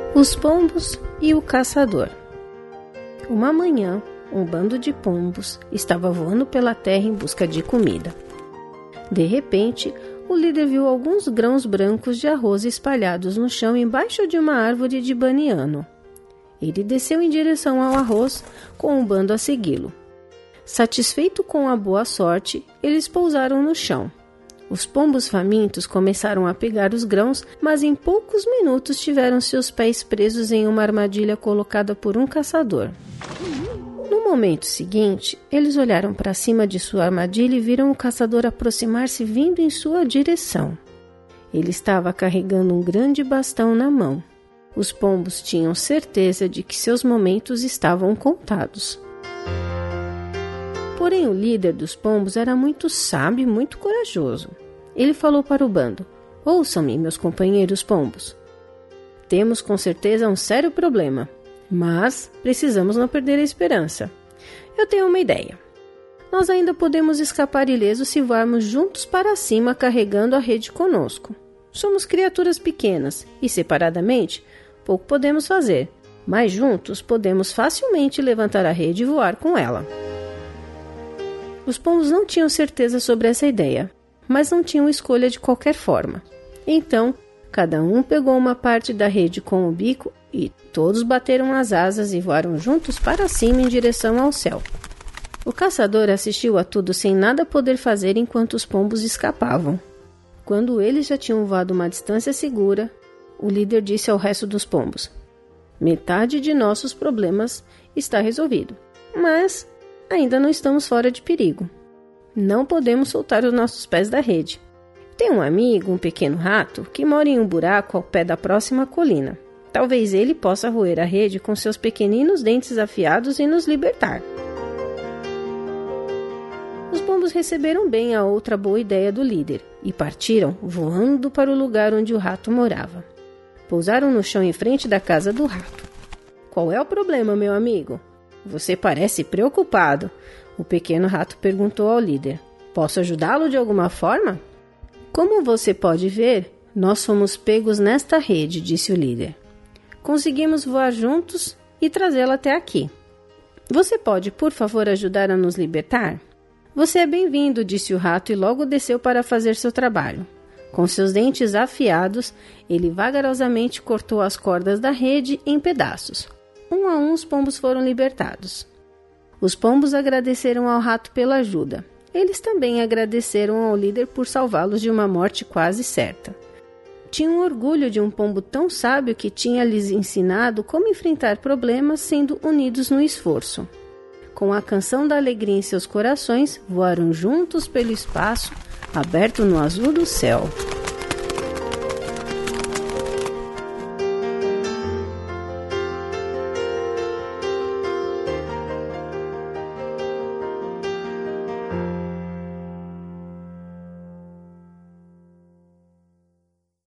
Os pombos e o caçador. Uma manhã, um bando de pombos estava voando pela terra em busca de comida. De repente, o líder viu alguns grãos brancos de arroz espalhados no chão embaixo de uma árvore de baniano. Ele desceu em direção ao arroz, com o bando a segui-lo. Satisfeito com a boa sorte, eles pousaram no chão. Os pombos famintos começaram a pegar os grãos, mas em poucos minutos tiveram seus pés presos em uma armadilha colocada por um caçador. No momento seguinte, eles olharam para cima de sua armadilha e viram o caçador aproximar-se vindo em sua direção. Ele estava carregando um grande bastão na mão. Os pombos tinham certeza de que seus momentos estavam contados. Porém, o líder dos pombos era muito sábio e muito corajoso. Ele falou para o bando: "Ouçam-me, meus companheiros pombos. Temos com certeza um sério problema, mas precisamos não perder a esperança. Eu tenho uma ideia. Nós ainda podemos escapar ilesos se voarmos juntos para cima carregando a rede conosco. Somos criaturas pequenas e, separadamente, pouco podemos fazer, mas juntos podemos facilmente levantar a rede e voar com ela." Os pombos não tinham certeza sobre essa ideia, mas não tinham escolha de qualquer forma. Então, cada um pegou uma parte da rede com o bico e todos bateram as asas e voaram juntos para cima em direção ao céu. O caçador assistiu a tudo sem nada poder fazer enquanto os pombos escapavam. Quando eles já tinham voado uma distância segura, o líder disse ao resto dos pombos: "Metade de nossos problemas está resolvido, mas ainda não estamos fora de perigo. Não podemos soltar os nossos pés da rede. Tem um amigo, um pequeno rato, que mora em um buraco ao pé da próxima colina. Talvez ele possa roer a rede com seus pequeninos dentes afiados e nos libertar." Os pombos receberam bem a outra boa ideia do líder e partiram voando para o lugar onde o rato morava. Pousaram no chão em frente da casa do rato. "Qual é o problema, meu amigo? Você parece preocupado." O pequeno rato perguntou ao líder. "Posso ajudá-lo de alguma forma?" "Como você pode ver, nós fomos pegos nesta rede", disse o líder. "Conseguimos voar juntos e trazê-la até aqui. Você pode, por favor, ajudar a nos libertar?" "Você é bem-vindo", disse o rato e logo desceu para fazer seu trabalho. Com seus dentes afiados, ele vagarosamente cortou as cordas da rede em pedaços. Um a um, os pombos foram libertados. Os pombos agradeceram ao rato pela ajuda. Eles também agradeceram ao líder por salvá-los de uma morte quase certa. Tinham orgulho de um pombo tão sábio que tinha lhes ensinado como enfrentar problemas sendo unidos no esforço. Com a canção da alegria em seus corações, voaram juntos pelo espaço, aberto no azul do céu.